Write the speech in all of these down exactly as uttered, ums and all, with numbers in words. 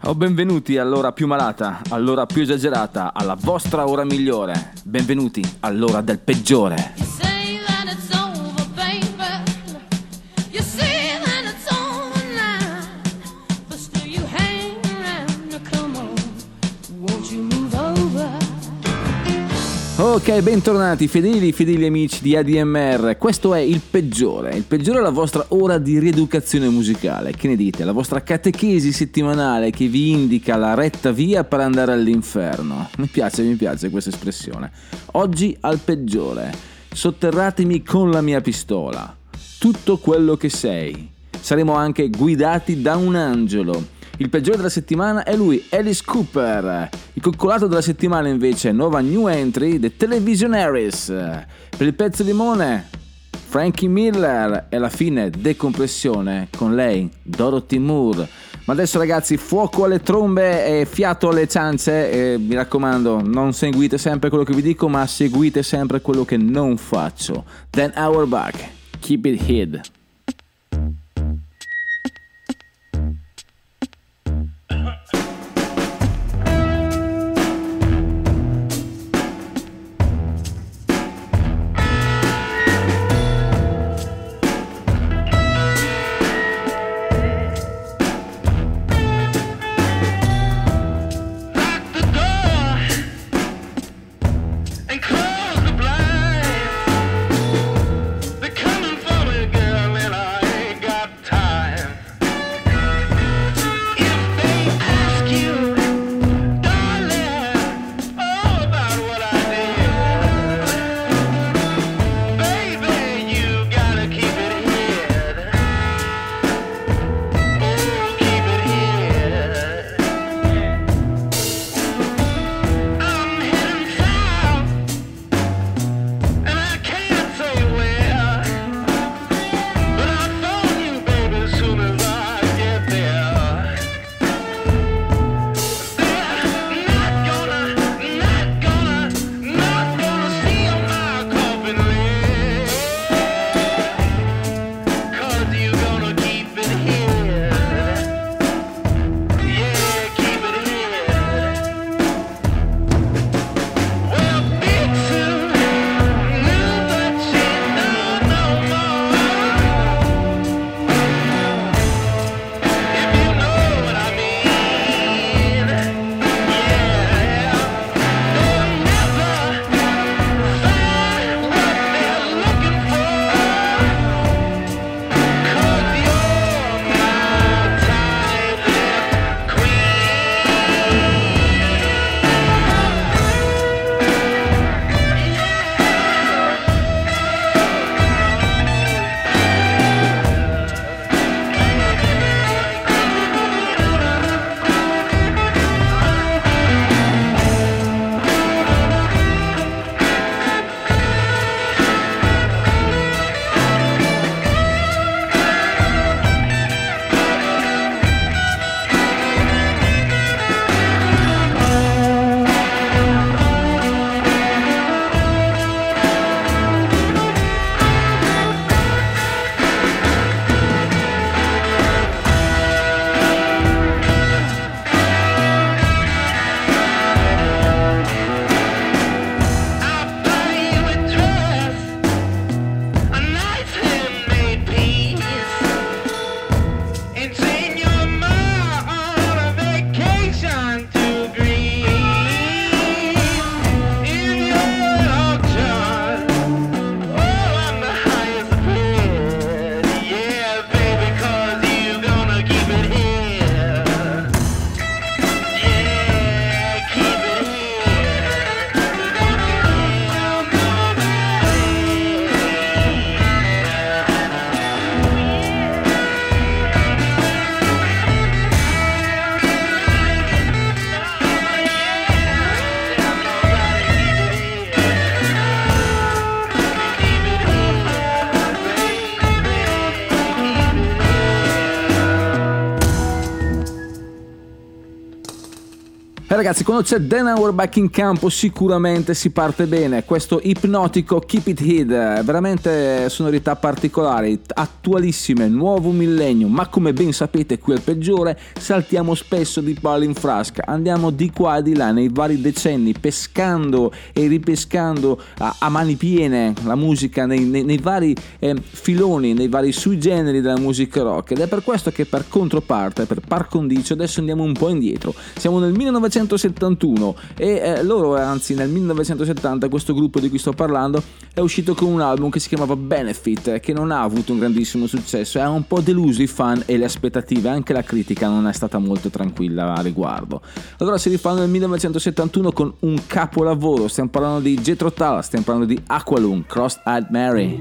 O benvenuti all'ora più malata, all'ora più esagerata, alla vostra ora migliore. Benvenuti all'ora del peggiore. Ok, bentornati fedeli, fedeli amici di A D M R. Questo è il peggiore. Il peggiore è la vostra ora di rieducazione musicale. Che ne dite? La vostra catechesi settimanale che vi indica la retta via per andare all'inferno. Mi piace, mi piace questa espressione. Oggi al peggiore. Sotterratemi con la mia pistola. Tutto quello che sei. Saremo anche guidati da un angelo. Il peggiore della settimana è lui, Alice Cooper. Il coccolato della settimana invece, nuova new entry, The Televisionaries. Per il pezzo limone, Frankie Miller. E alla fine, decompressione con lei, Dorothy Moore. Ma adesso ragazzi, fuoco alle trombe e fiato alle ciance. E mi raccomando, non seguite sempre quello che vi dico, ma seguite sempre quello che non faccio. Then our back, keep it hid. They're coming for me, girl. ragazzi, quando c'è Dan Auerbach in campo sicuramente si parte bene. Questo ipnotico Keep It Hid, veramente sonorità particolari, attualissime, nuovo millennio, ma come ben sapete qui al Peggiore saltiamo spesso di palo in frasca, andiamo di qua e di là nei vari decenni, pescando e ripescando a, a mani piene la musica nei, nei, nei vari eh, filoni, nei vari sui generi della musica rock, ed è per questo che per controparte, per par condicio, adesso andiamo un po' indietro. Siamo nel millenovecentosettantuno e eh, loro, anzi nel millenovecentosettanta, questo gruppo di cui sto parlando è uscito con un album che si chiamava Benefit, che non ha avuto un grandissimo successo, ha un po' deluso i fan e le aspettative, anche la critica non è stata molto tranquilla a riguardo. Allora si rifanno nel millenovecentosettantuno con un capolavoro, stiamo parlando di Jethro Tull, stiamo parlando di Aqualung, Cross-Eyed Mary.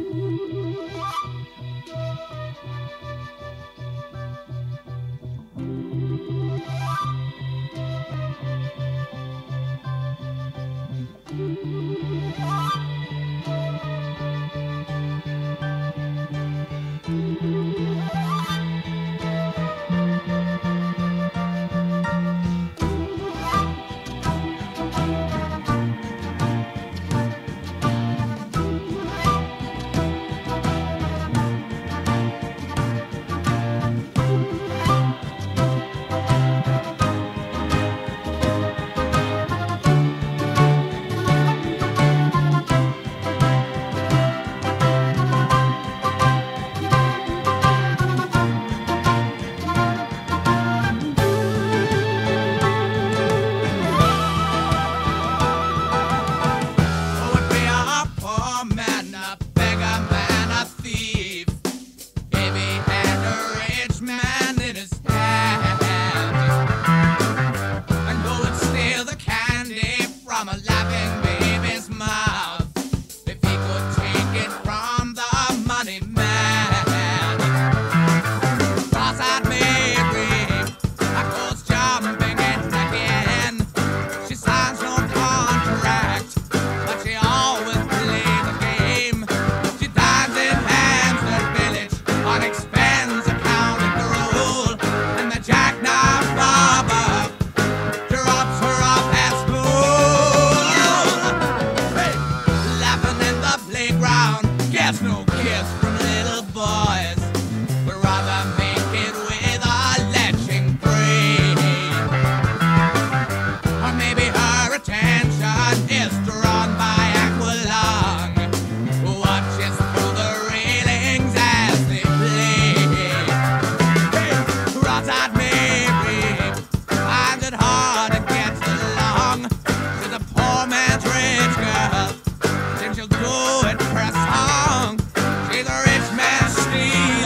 She'll go and press on. She's a rich man's steed.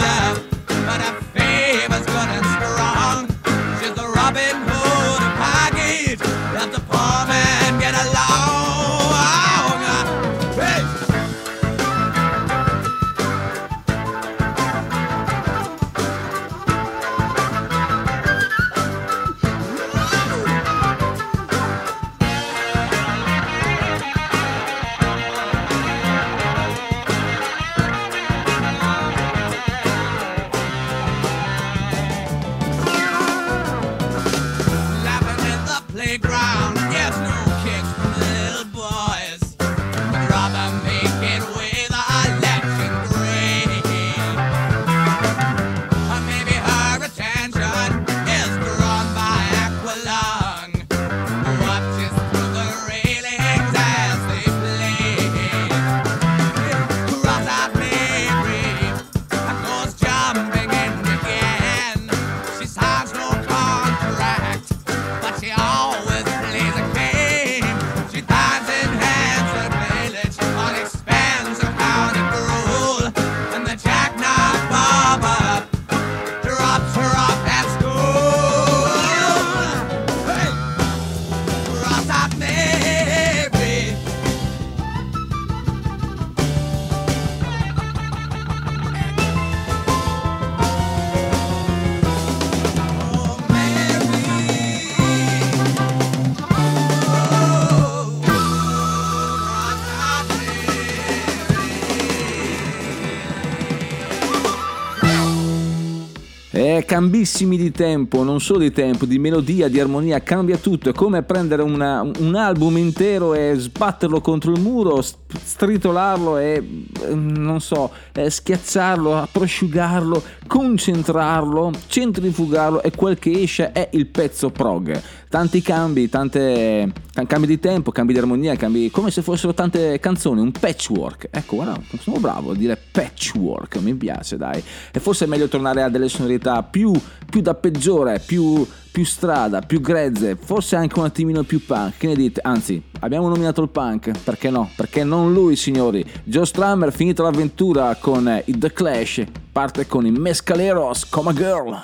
Eh, cambissimi di tempo, non solo di tempo, di melodia, di armonia, cambia tutto. È come prendere una, un album intero e sbatterlo contro il muro, stritolarlo e non so, eh, schiacciarlo, prosciugarlo, concentrarlo, centrifugarlo, e quel che esce è il pezzo prog. Tanti cambi, tante cambi di tempo, cambi di armonia, cambi come se fossero tante canzoni, un patchwork. Ecco, guarda, sono bravo a dire patchwork, mi piace, dai. E forse è meglio tornare a delle sonorità più, più da peggiore, più, più strada, più grezze, forse anche un attimino più punk. Che ne dite? Anzi, abbiamo nominato il punk, perché no? Perché non lui, signori. Joe Strummer, finita l'avventura con i The Clash, parte con i Mescaleros, Come a Girl.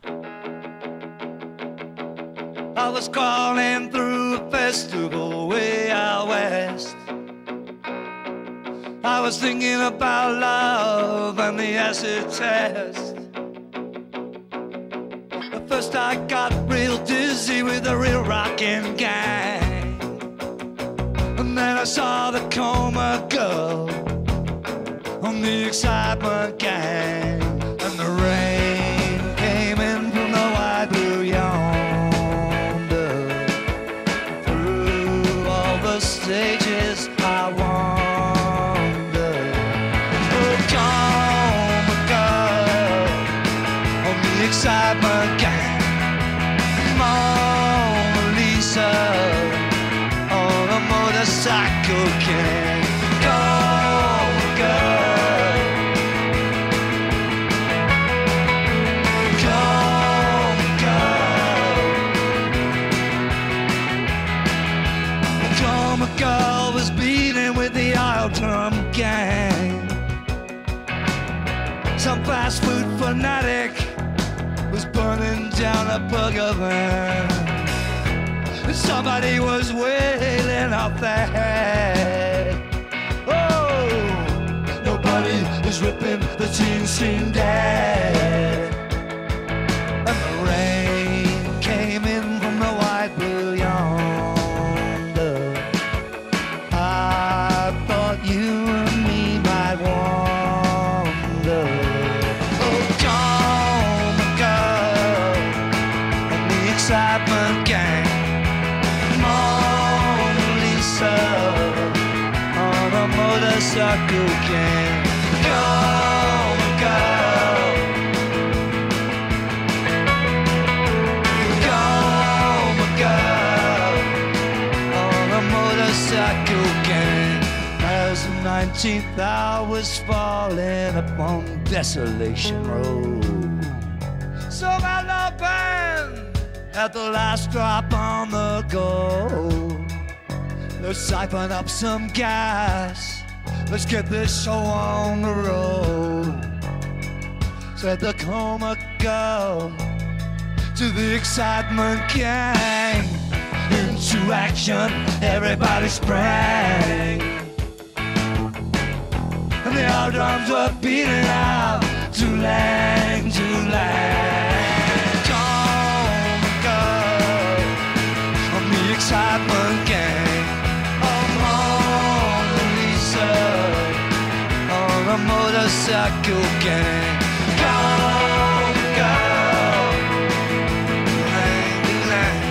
I was crawling through a festival way out west. I was thinking about love and the acid test. At first I got real dizzy with the real rockin' gang, and then I saw the Coma Girl on the Excitement Gang, and the rain came in from the wide blue yonder. Through all the stages I wander. Oh, Coma Girl on the Excitement Gang, Mona Lisa on a motorcycle gang. Coma Girl, Coma Girl. Coma Girl was beating with the oil drum gang. Some fast food fanatic was burning down a burger van. Somebody was wailing out there. Oh, nobody is ripping the teen scene dead. And the rain came in from the white blue yonder. I thought you and me might wander. Oh, Coma Girl and the Excitement Gang, Mona Lisa on a motorcycle gang. Coma Girl, Coma Girl on a motorcycle gang. As the nineteenth hour was falling upon Desolation Road, so my love band at the last drop on the go. Let's siphon up some gas, let's get this show on the road. Said the Coma Girl to the Excitement Gang. Into action, everybody sprang, and the old drums were beating out, Too-lang, Too-lang. Coma Girl on the Excitement Gang. Oh, Mona Lisa on a motorcycle gang. Coma Girl, lang, lang.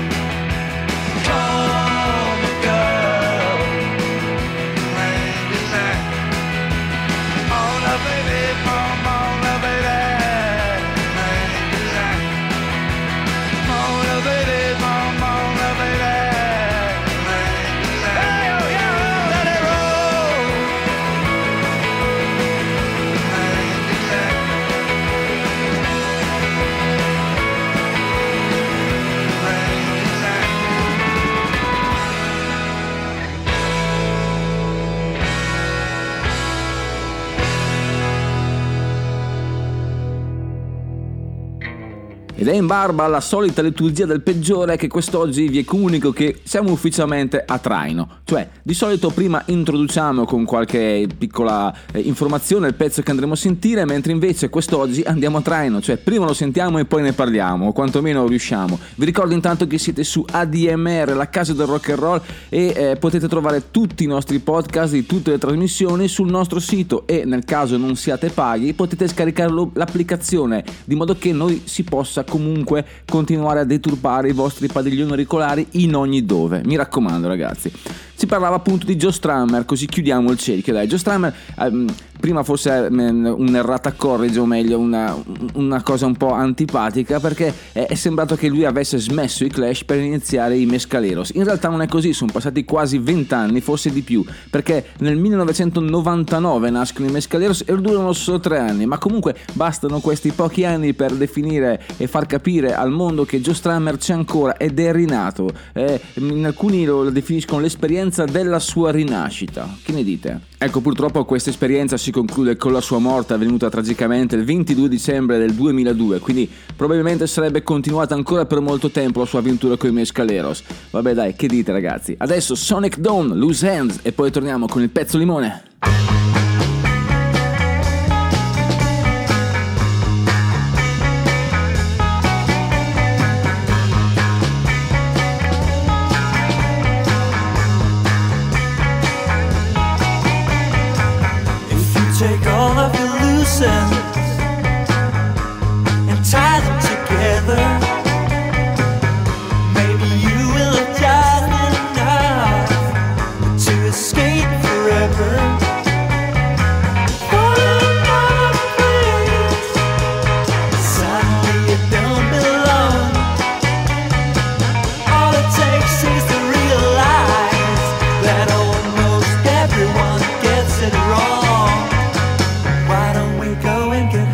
Coma Girl, lang, lang. Mona baby, Mona baby, lang, lang. Mona baby, Mona baby, lang, lang. Hey, oh, yeah, let it roll. Lang, lang. Ed è in barba alla solita liturgia del peggiore che quest'oggi vi comunico che siamo ufficialmente a traino. Cioè, di solito prima introduciamo con qualche piccola eh, informazione il pezzo che andremo a sentire, mentre invece quest'oggi andiamo a traino, cioè prima lo sentiamo e poi ne parliamo, o quantomeno riusciamo. Vi ricordo intanto che siete su A D M R, la casa del rock and roll, e eh, potete trovare tutti i nostri podcast di tutte le trasmissioni sul nostro sito, e nel caso non siate paghi potete scaricare l'applicazione, di modo che noi si possa comunque continuare a deturpare i vostri padiglioni auricolari in ogni dove. Mi raccomando, ragazzi. Si parlava appunto di Joe Strummer, così chiudiamo il cerchio. Dai, Joe Strummer, ehm, prima forse ehm, un'errata corrige, o meglio una, una cosa un po' antipatica, perché è, è sembrato che lui avesse smesso i Clash per iniziare i Mescaleros. In realtà non è così, sono passati quasi vent'anni, forse di più, perché nel millenovecentonovantanove nascono i Mescaleros e durano solo tre anni, ma comunque bastano questi pochi anni per definire e far capire al mondo che Joe Strummer c'è ancora ed è rinato. Eh, in alcuni lo definiscono l'esperienza della sua rinascita. Che ne dite? Ecco, purtroppo questa esperienza si conclude con la sua morte, avvenuta tragicamente il ventidue dicembre del duemiladue, quindi probabilmente sarebbe continuata ancora per molto tempo la sua avventura con i Mescaleros. Vabbè dai, che dite ragazzi? Adesso Sonic Dawn, Loose Hands, e poi torniamo con il pezzo limone. Take all of your loose ends and tie them together. Maybe you will have just enough to escape forever. Falling out of place, suddenly you don't belong. All it takes is to realize that almost everyone gets it wrong. Why don't we go and get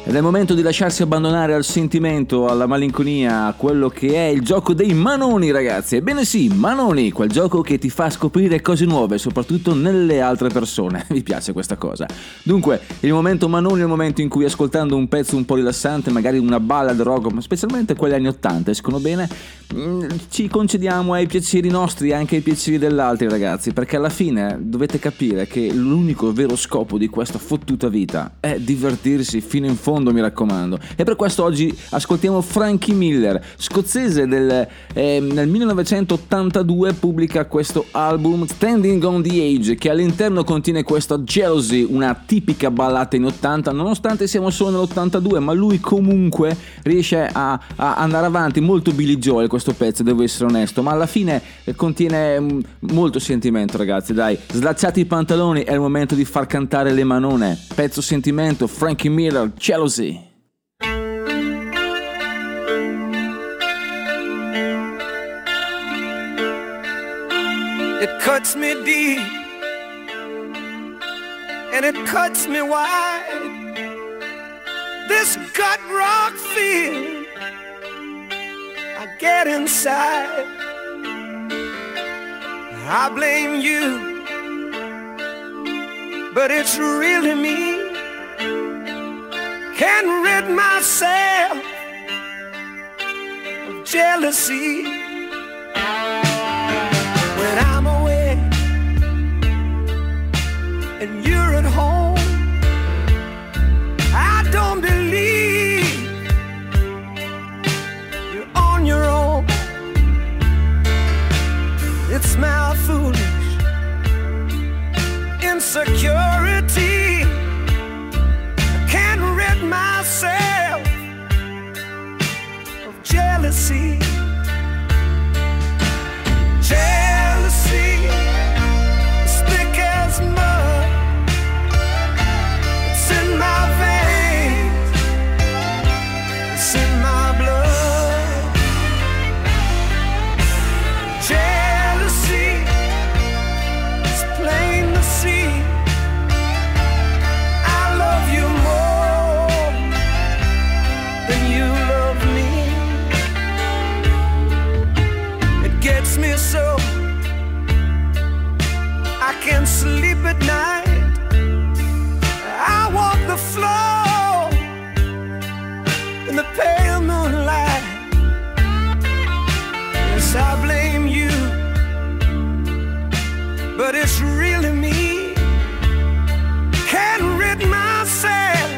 Ed è il momento di lasciarsi abbandonare al sentimento, alla malinconia, a quello che è il gioco dei Manoni, ragazzi. Ebbene sì, Manoni, quel gioco che ti fa scoprire cose nuove, soprattutto nelle altre persone. Mi piace questa cosa. Dunque, il momento Manoni è il momento in cui, ascoltando un pezzo un po' rilassante, magari una ballad rock, ma specialmente quelli anni ottanta escono bene, ci concediamo ai piaceri nostri e anche ai piaceri degli altri, ragazzi, perché alla fine dovete capire che l'unico vero scopo di questa fottuta vita è divertirsi fino in fondo, mi raccomando. E per questo oggi ascoltiamo Frankie Miller, scozzese del eh, nel millenovecentottantadue pubblica questo album Standing on the Edge, che all'interno contiene questa Jealousy, una tipica ballata in ottanta, nonostante siamo solo nell'ottantadue, ma lui comunque riesce a, a andare avanti, molto Billy Joel questo pezzo, devo essere onesto, ma alla fine contiene m- molto sentimento, ragazzi, dai, slacciati i pantaloni, è il momento di far cantare le manone. Pezzo sentimento, Frankie Miller, Jealousy. It cuts me deep and it cuts me wide. This gut rock feeling I get inside. I blame you, but it's really me. Can't rid myself of jealousy. When I'm away and you're at home, I don't believe you're on your own. It's my foolish insecurity. I can't rid myself of jealousy. Jealousy, as thick as mud. It's in my veins, it's in my blood. Jealousy, it's plain to see. I love you more than you love me. It gets me so I can't sleep at night. I walk the floor in the pale moonlight. Yes, I blame you, but it's really me. Can't rid myself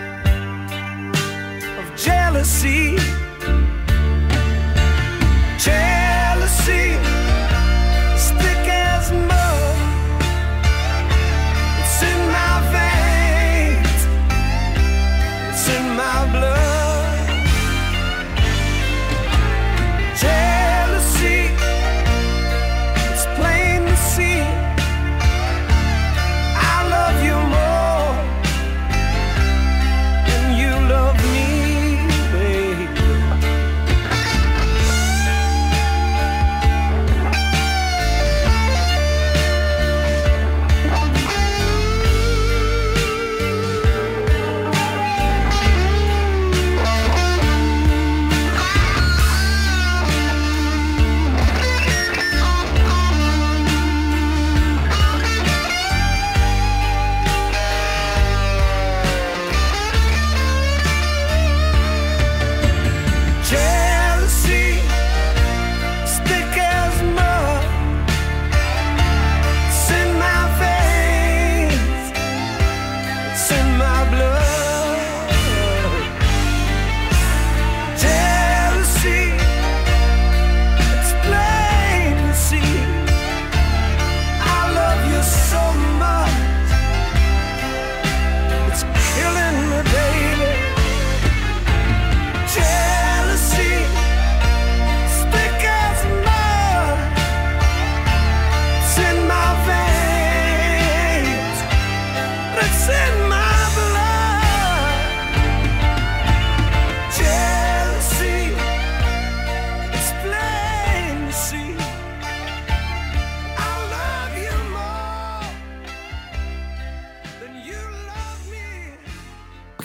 of jealousy. Jealousy, as thick as mud.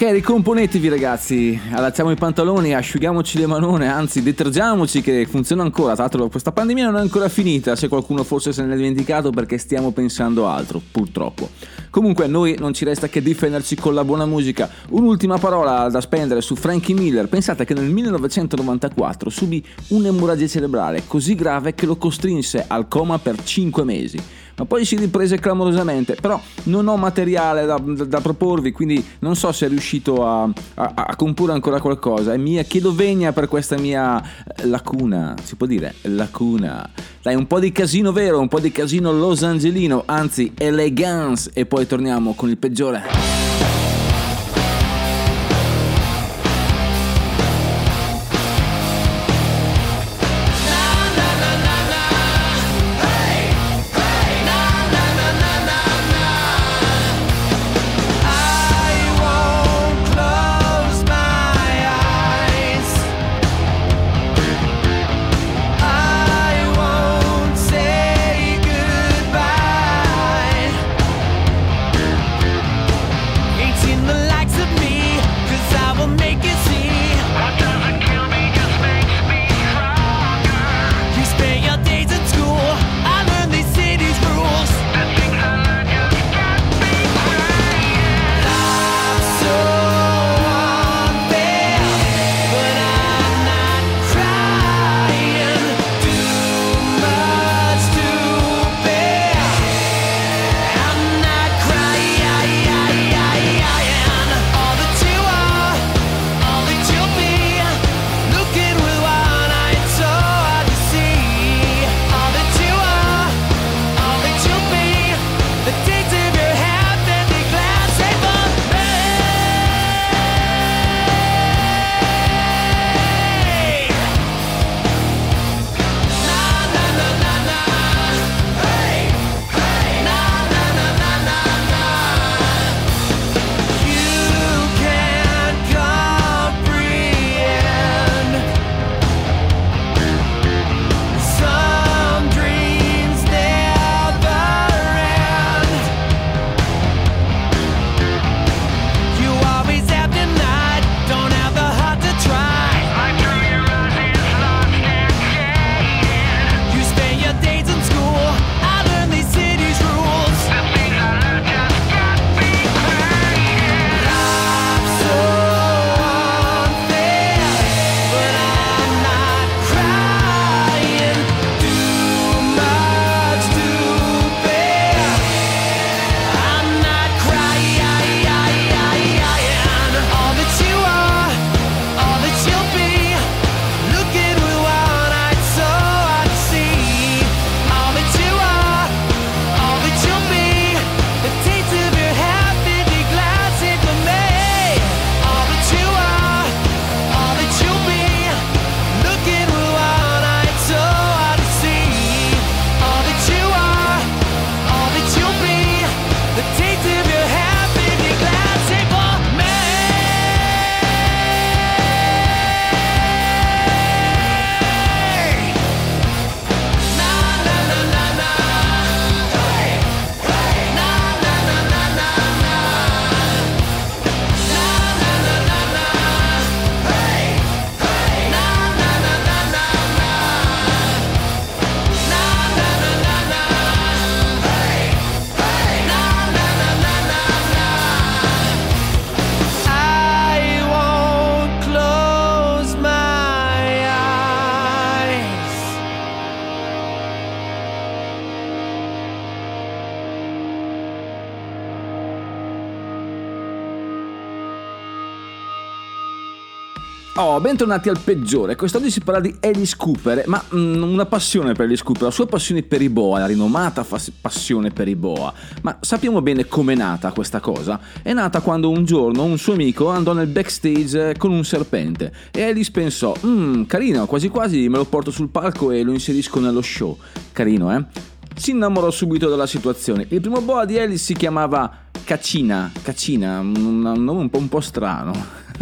ricomponetevi ragazzi, allacciamo i pantaloni, asciughiamoci le manone, anzi detergiamoci che funziona ancora. Tra l'altro questa pandemia non è ancora finita, se qualcuno forse se ne è dimenticato perché stiamo pensando altro, purtroppo. Comunque a noi non ci resta che difenderci con la buona musica. Un'ultima parola da spendere su Frankie Miller. Pensate che nel millenovecentonovantaquattro subì un'emorragia cerebrale così grave che lo costrinse al coma per cinque mesi. Ma poi si riprese clamorosamente. Però non ho materiale da, da, da proporvi, quindi non so se è riuscito a, a, a comporre ancora qualcosa. E mia chiedo vegna per questa mia lacuna, si può dire lacuna. Dai, un po' di casino vero, un po' di casino Los Angelino, anzi elegance, e poi torniamo con il peggiore. Oh, bentornati al peggiore. Quest'oggi si parla di Alice Cooper, ma mm, una passione per Alice Cooper, la sua passione per i boa, la rinomata fas- passione per i boa. Ma sappiamo bene com'è nata questa cosa? È nata quando un giorno un suo amico andò nel backstage con un serpente e Alice pensò, mmm, carino, quasi quasi me lo porto sul palco e lo inserisco nello show. Carino, eh? Si innamorò subito della situazione. Il primo boa di Alice si chiamava Cacina, Cacina, un nome un po', un po' strano.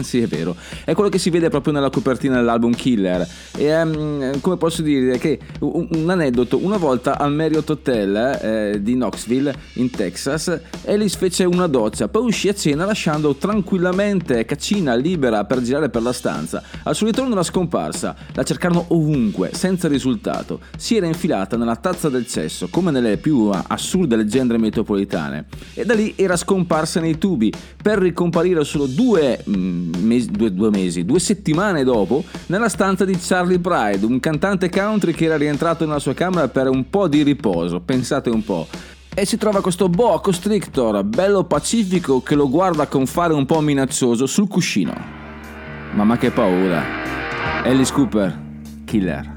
Sì, è vero, è quello che si vede proprio nella copertina dell'album Killer. E um, come posso dire che un, un aneddoto: una volta al Marriott Hotel eh, di Knoxville in Texas, Ellis fece una doccia, poi uscì a cena lasciando tranquillamente Caccina libera per girare per la stanza. Al suo ritorno era scomparsa, la cercarono ovunque senza risultato. Si era infilata nella tazza del cesso come nelle più assurde leggende metropolitane, e da lì era scomparsa nei tubi per ricomparire solo due, mm, mesi, due, due mesi, due settimane dopo nella stanza di Charlie Pride, un cantante country che era rientrato nella sua camera per un po' di riposo, pensate un po'. E si trova questo boa constrictor bello pacifico che lo guarda con fare un po' minaccioso sul cuscino. Mamma che paura. Alice Cooper, Killer.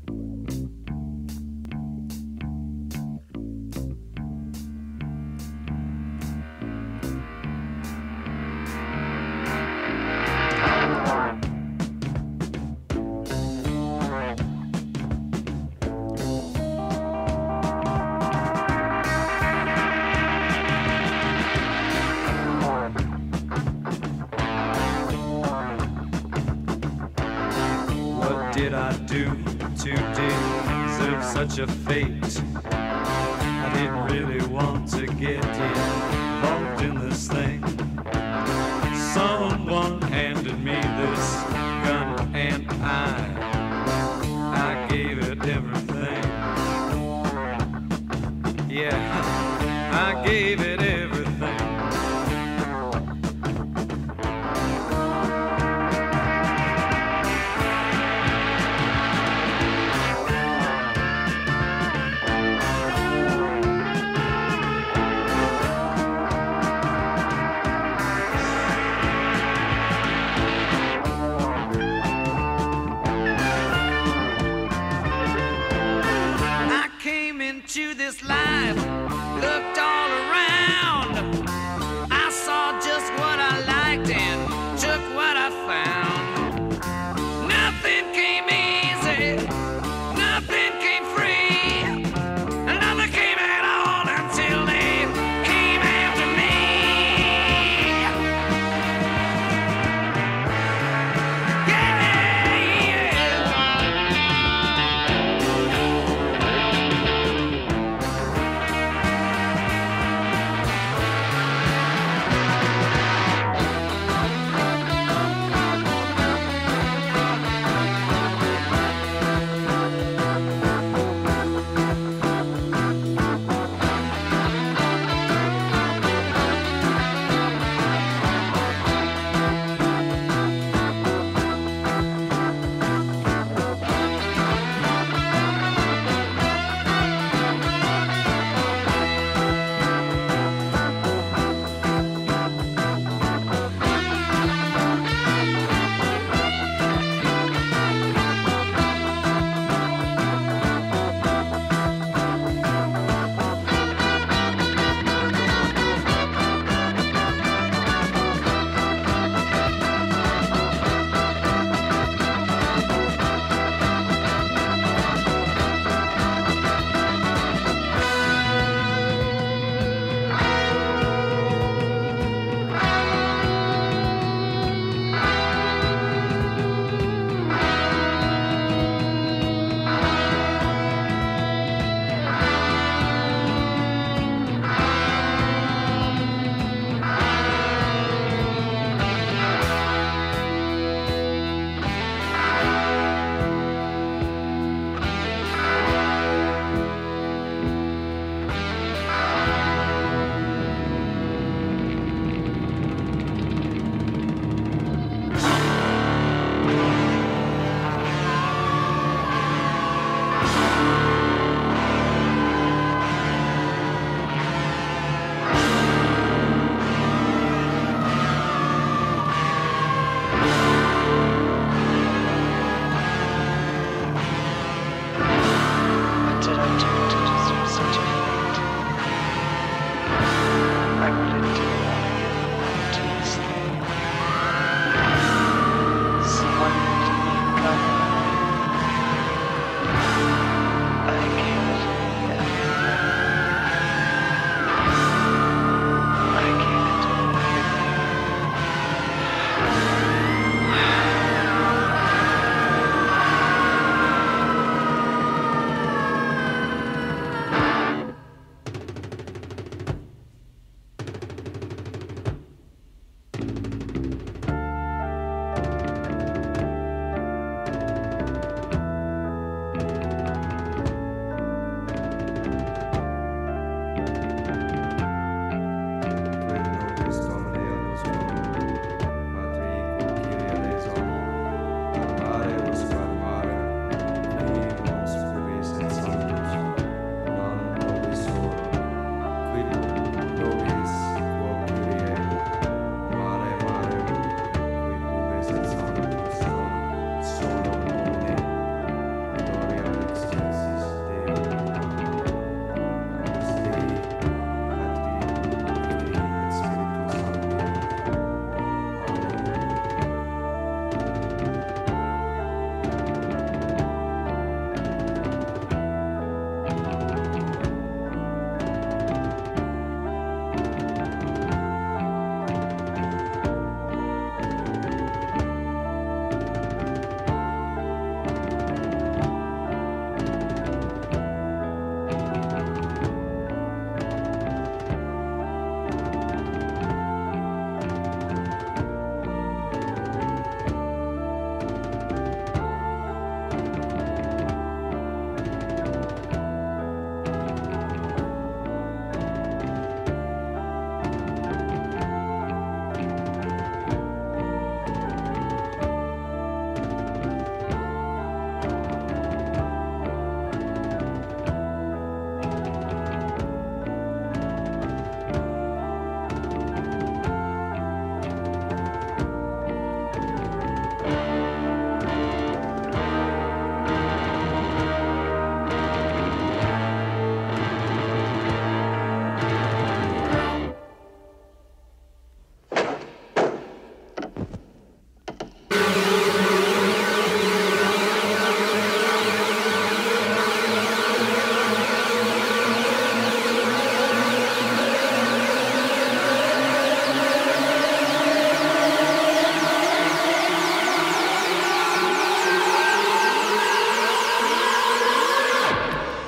Did I do to deserve such a fate? I didn't really want to get involved in this thing. Someone handed me this gun and I, I gave it everything. Yeah, I gave it everything. To this life, looked all around. I saw just what I liked and took what I found. Nothing came easy, nothing came free, and nothing came at all until they came after me. Yeah, yeah.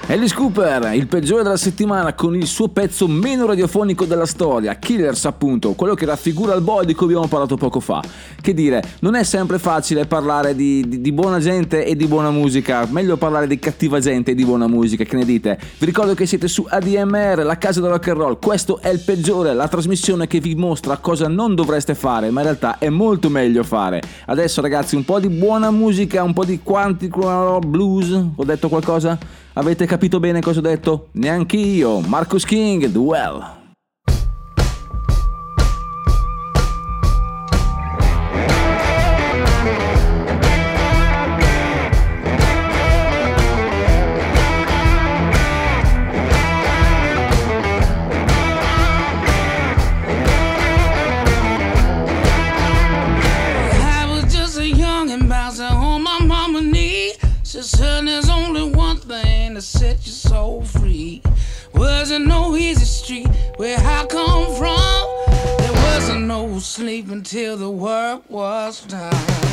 Alice Cooper, il peggiore della settimana, con il suo pezzo meno radiofonico della storia, Killers appunto, quello che raffigura il boy di cui abbiamo parlato poco fa. Che dire, non è sempre facile parlare di, di, di buona gente e di buona musica, meglio parlare di cattiva gente e di buona musica, che ne dite? Vi ricordo che siete su A D M R, la casa del rock and roll, questo è il peggiore, la trasmissione che vi mostra cosa non dovreste fare, ma in realtà è molto meglio fare. Adesso ragazzi, un po' di buona musica, un po' di Quantic Blues, ho detto qualcosa? Avete capito bene cosa ho detto? Neanche io. Marcus King, Duel. I was just a young and bouncing on my mama knee. She said there's only one thing to set your soul free. Wasn't no easy street where I come from. There wasn't no sleep until the work was done.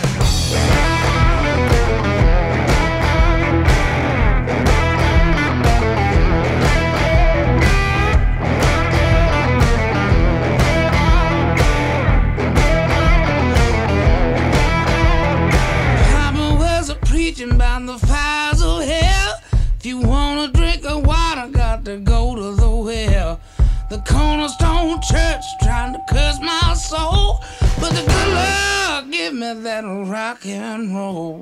Papa was a preaching about the fires of hell. If you wanna drink of water, got to go to the well. The Cornerstone Church trying to curse my soul, but the good Lord give me that rock and roll.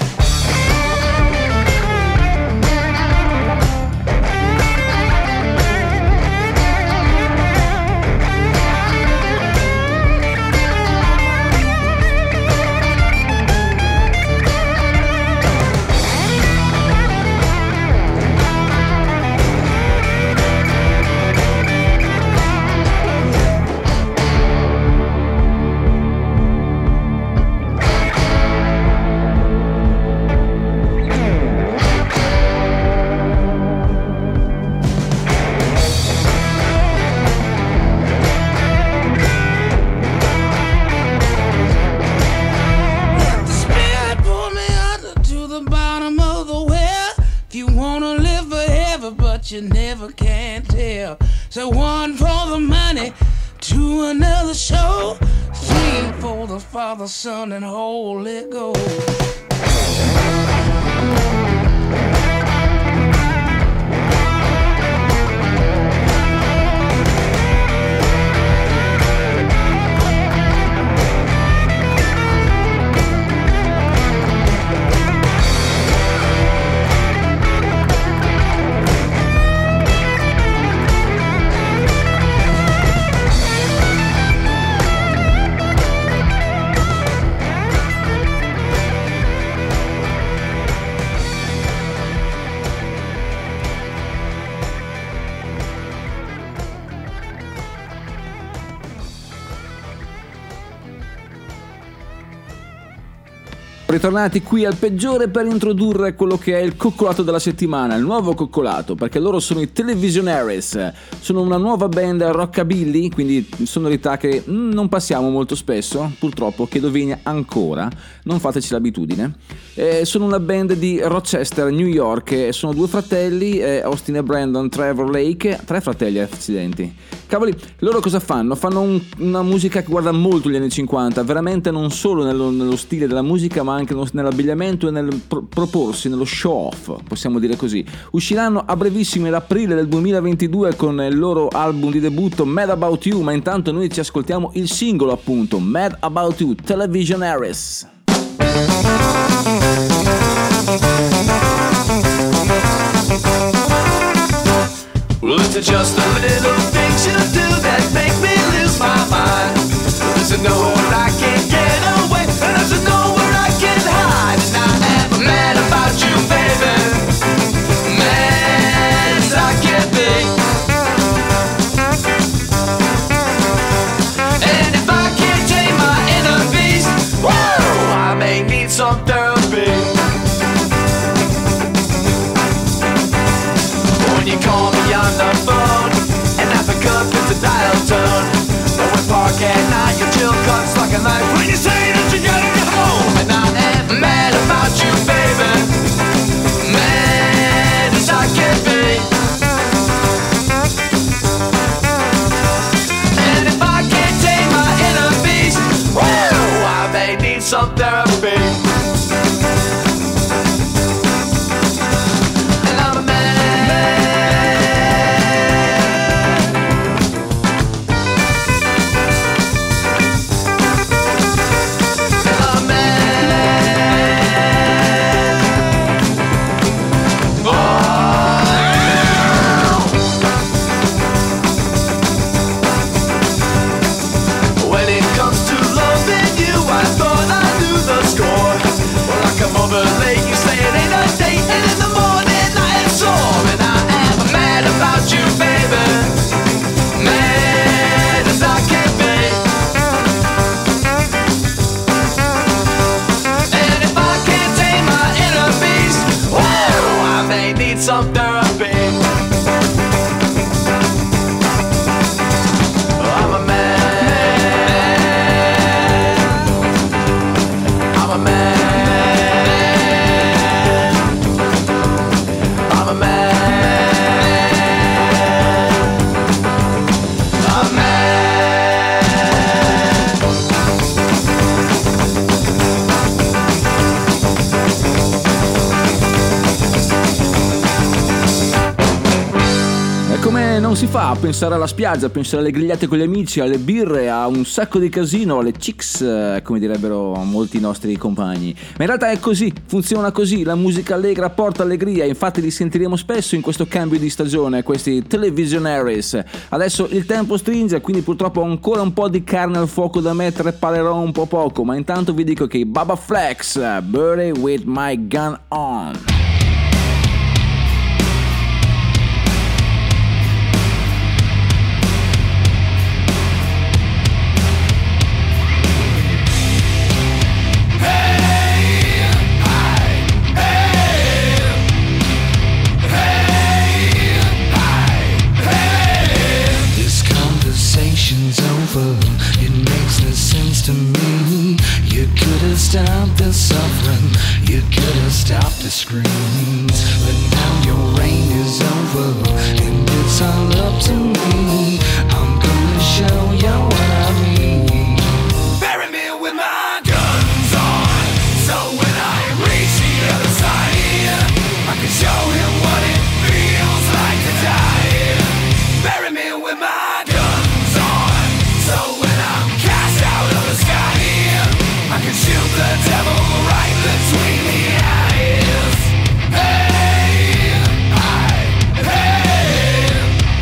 You never can tell. So one for the money, two another show, three for the Father, Son, and Holy Ghost. Ritornati qui al peggiore per introdurre quello che è il coccolato della settimana, il nuovo coccolato, perché loro sono i Televisionaries, sono una nuova band rockabilly, quindi sonorità che non passiamo molto spesso, purtroppo, che dovina ancora, non fateci l'abitudine. Eh, sono una band di Rochester, New York, sono due fratelli, eh, Austin e Brandon Trevor Lake, tre fratelli accidenti. Cavoli, loro cosa fanno? Fanno un, una musica che guarda molto gli anni cinquanta, veramente non solo nello, nello stile della musica, ma anche nell'abbigliamento e nel pro- proporsi, nello show off, possiamo dire così. Usciranno a brevissimo, in aprile del duemilaventidue, con il loro album di debutto Mad About You, ma intanto noi ci ascoltiamo il singolo appunto, Mad About You, Televisionaries. Well, it's just a little things you do that make me lose my mind. There's nowhere I can get away, and there's nowhere I can hide. And I am mad about you, baby, mad as I can be. And if I can't tame my inner beast, whoa, I may need some therapy. When you call me on the phone and I pick up, it's a dial tone. But we park at night, your chill cuts like a knife when you say that you're getting me home. And I am mad about you, baby, mad as I can be. Come non si fa a pensare alla spiaggia, a pensare alle grigliate con gli amici, alle birre, a un sacco di casino, alle chicks, come direbbero molti nostri compagni. Ma in realtà è così, funziona così, la musica allegra porta allegria, infatti li sentiremo spesso in questo cambio di stagione, questi televisionaries. Adesso il tempo stringe, quindi purtroppo ho ancora un po' di carne al fuoco da mettere, parlerò un po' poco, ma intanto vi dico che Baba Flex, Bury With My Gun On. It makes no sense to me. You could have stopped the suffering, you could have stopped the screams, but now your reign is over and it's all up to me. I'm gonna show you what I mean. Bury me with my guns on, so when I reach the other side, I can show him what it feels like to die. Bury me with my guns on, so when I'm cast out of the sky, I can shoot the devil right between the eyes. Hey, I, hey,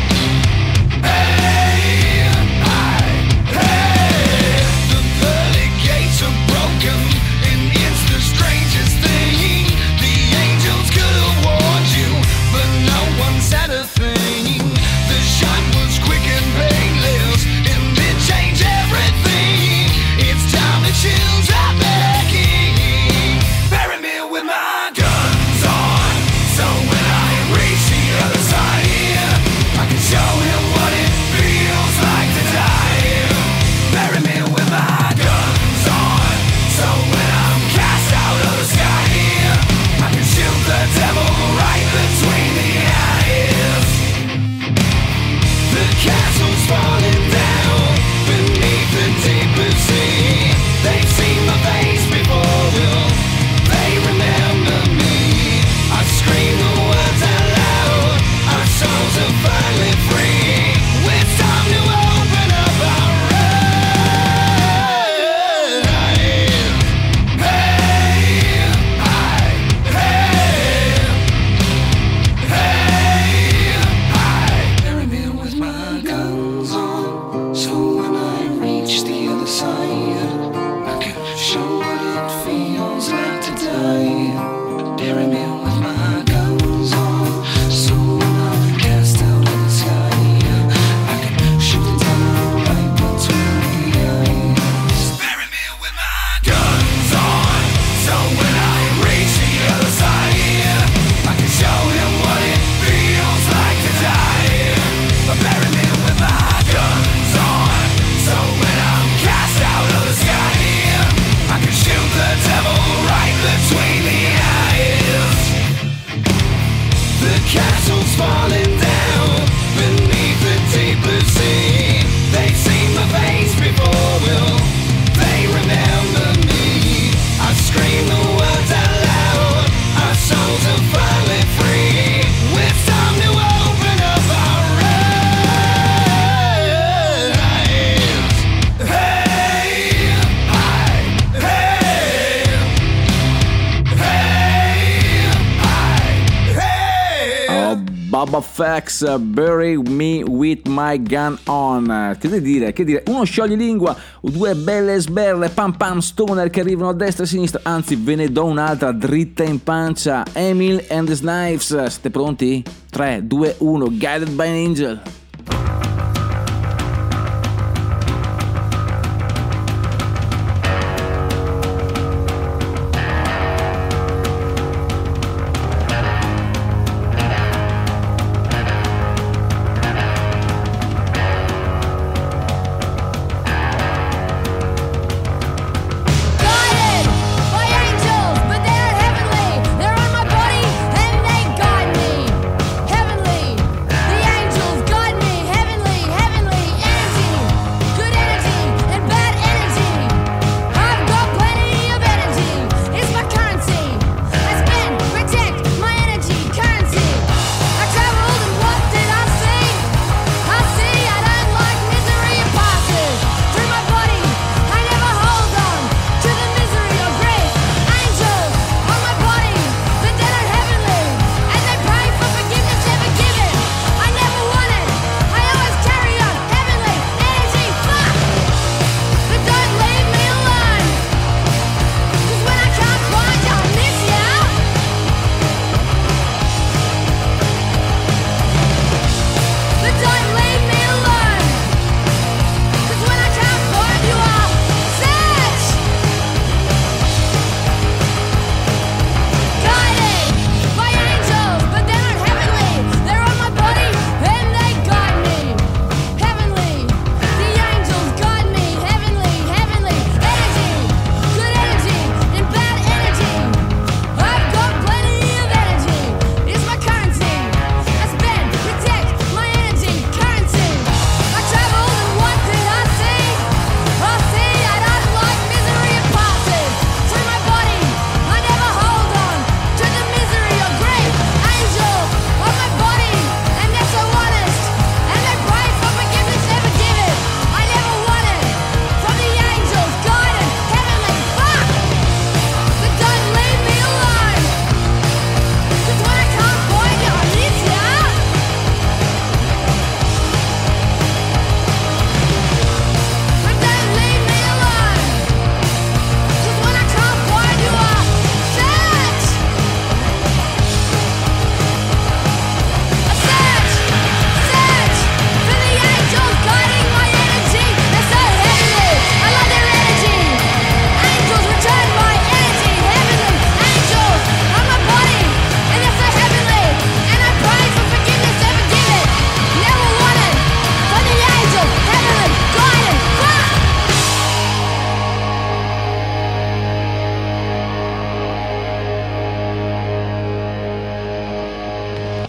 hey, I, hey. The pearly gates are broken, and it's the strangest thing. The angels could have warned you, but no one said a thing. The shot was quick and painless, and it changed everything. It's time to choose a better king. Bury me with my guns on, so when I reach the other side, I can show him what it feels like to die. Bury me with my guns on, so when I'm cast out of the sky, I can shoot the devil right between the eyes. The castle's falling down beneath the deepest sea. They've seen my face before, will they remember me? I scream the words out loud, our souls are finally free. It's time to open up our eyes. Hey, I, hey, hey, I. Bury me with my guns on, so when I reach the other side, I can show what it feels like to die. Bury me with my guns on, so when I'm cast out of the sky, I can shoot the devil right between the eyes. Bury me with my guns on, so when I reach the other side, I can show him what it feels like to die. Bury me with my guns on, so when I'm cast out of the sky, I can shoot the devil right between the eyes. The castle's falling down beneath the deepest sea. They've seen my face before, will they remember me? I scream the words out loud, our souls are finally free. It's time to open up our eyes. Hey, I, hey, hey, I, hey. Oh, Baba Flex, Bury Me With My Gun On. Che devi dire? Che dire? Uno scioglilingua, due belle sberle, pam pam stoner che arrivano a destra e a sinistra. Anzi, ve ne do un'altra dritta in pancia. Emil and the Snipes. Siete pronti? tre, due, uno, Guided by an Angel. Guided by angels, but they're heavenly. They're on my body and they guide me. Heavenly, the angels guide me.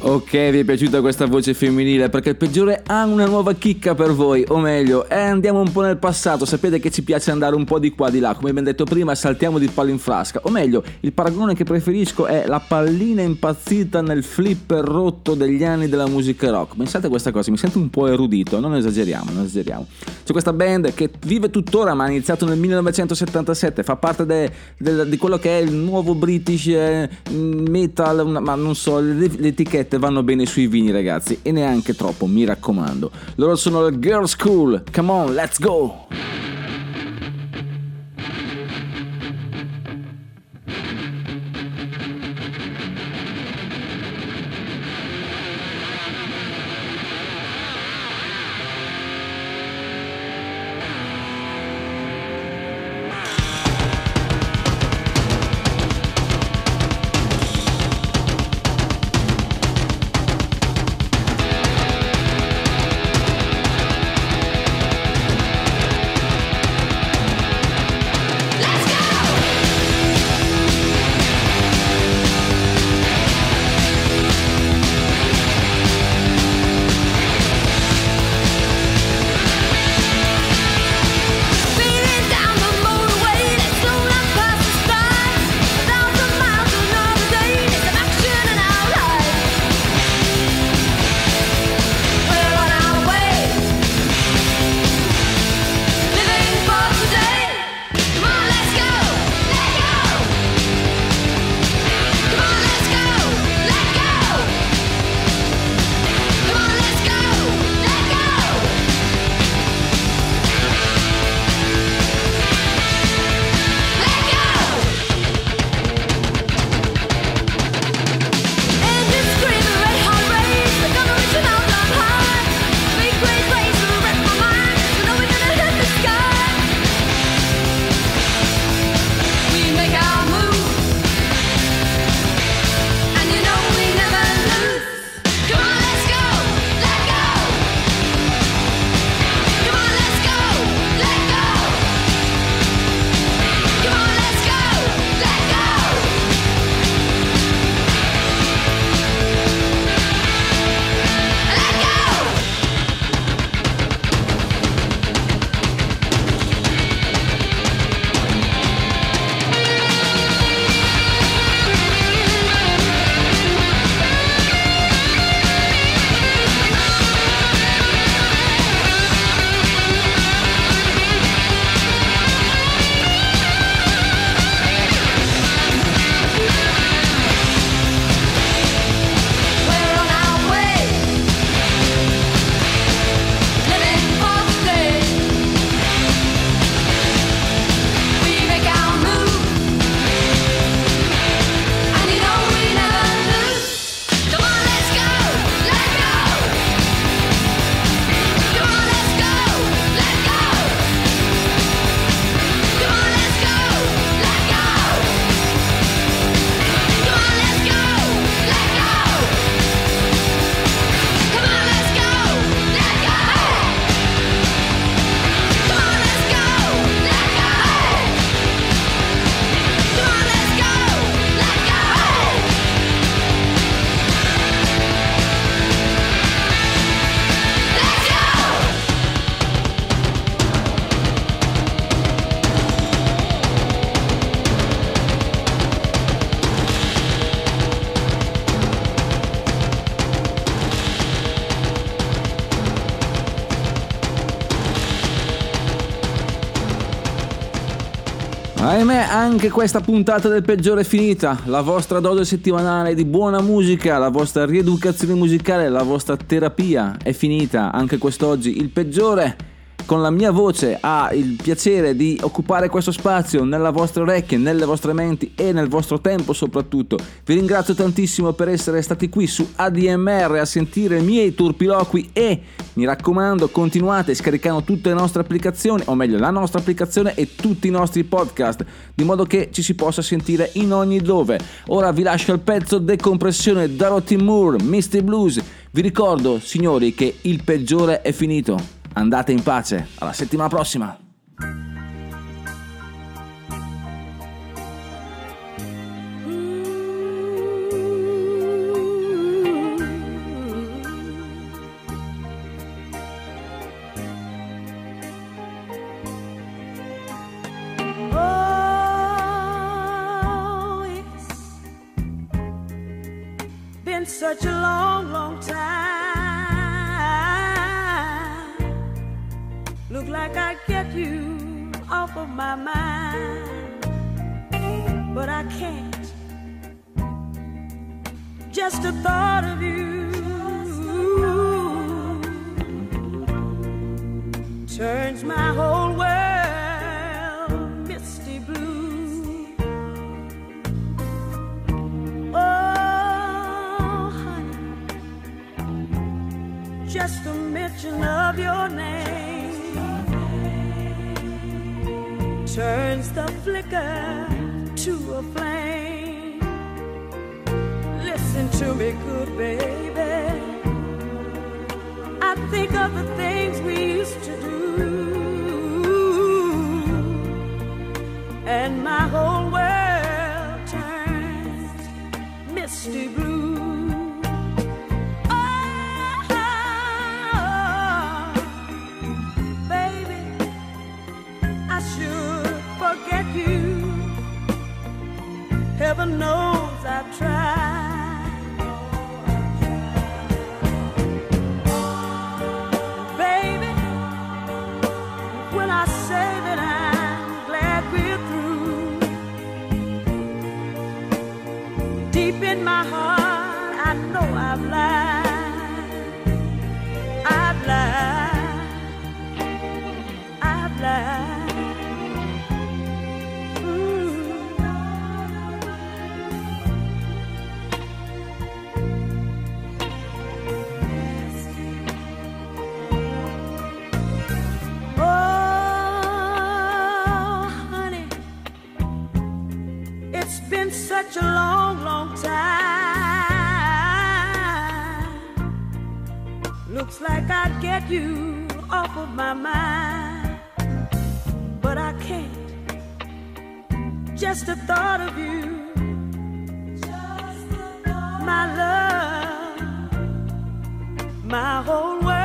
Ok, vi è piaciuta questa voce femminile? Perché il peggiore ha una nuova chicca per voi, o meglio, eh, andiamo un po' nel passato. Sapete che ci piace andare un po' di qua di là, come abbiamo detto prima, saltiamo di palo in frasca. O meglio, il paragone che preferisco è la pallina impazzita nel flipper rotto degli anni della musica rock. Pensate a questa cosa, mi sento un po' erudito, non esageriamo, non esageriamo. C'è questa band che vive tuttora, ma ha iniziato nel millenovecentosettantasette, fa parte de, de, di quello che è il nuovo British eh, metal, una, ma non so, le, le etichette vanno bene sui vini, ragazzi, e neanche troppo, mi raccomando. Loro sono il Girls School. Come on, let's go. Ahimè, anche questa puntata del peggiore è finita. La vostra dose settimanale di buona musica, la vostra rieducazione musicale, la vostra terapia è finita anche quest'oggi. Il peggiore, con la mia voce, ha il piacere di occupare questo spazio nella vostre orecchie, nelle vostre menti e nel vostro tempo soprattutto. Vi ringrazio tantissimo per essere stati qui su A D M R a sentire i miei turpiloqui e mi raccomando, continuate scaricando tutte le nostre applicazioni, o meglio la nostra applicazione e tutti i nostri podcast, di modo che ci si possa sentire in ogni dove. Ora vi lascio il pezzo Decompressione da Dorothy Moore, Misty Blues. Vi ricordo, signori, che il peggiore è finito. Andate in pace, alla settimana prossima. such a long, long time. Look like I get you off of my mind, but I can't. Just the thought of you turns my whole world misty blue. Oh, honey, just the mention of your name turns the flicker to a flame. Listen to me, good baby. I think of the things we used to do, and my whole world turns misty blue. Oh, baby, I should forget you. Heaven knows I've tried. In my heart, I know I've lied, I've lied, I've lied. Mm. Oh, honey, it's been such a long, long time. Looks like I'd get you off of my mind, but I can't. Just the thought of you, my love, my whole world